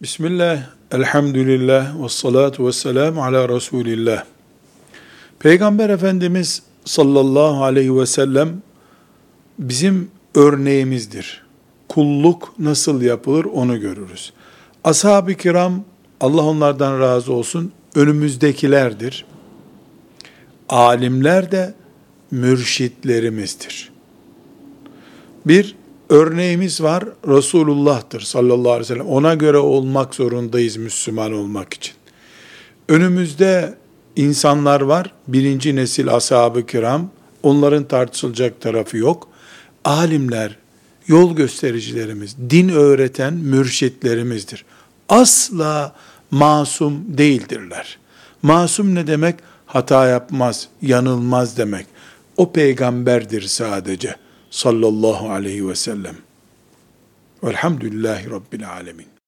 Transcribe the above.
Bismillah, elhamdülillah, ve salatu ve selamu ala Resulillah. Peygamber Efendimiz sallallahu aleyhi ve sellem bizim örneğimizdir. Kulluk nasıl yapılır onu görürüz. Ashab-ı kiram, Allah onlardan razı olsun, önümüzdekilerdir. Alimler de mürşitlerimizdir. Bir örneğimiz var, Resulullah'tır sallallahu aleyhi ve sellem. Ona göre olmak zorundayız Müslüman olmak için. Önümüzde insanlar var, birinci nesil ashab-ı kiram, onların tartışılacak tarafı yok. Alimler, yol göstericilerimiz, din öğreten mürşitlerimizdir. Asla masum değildirler. Masum ne demek? Hata yapmaz, yanılmaz demek. O peygamberdir sadece. Sallallahu aleyhi ve sellem. Velhamdülillahi Rabbil alemin.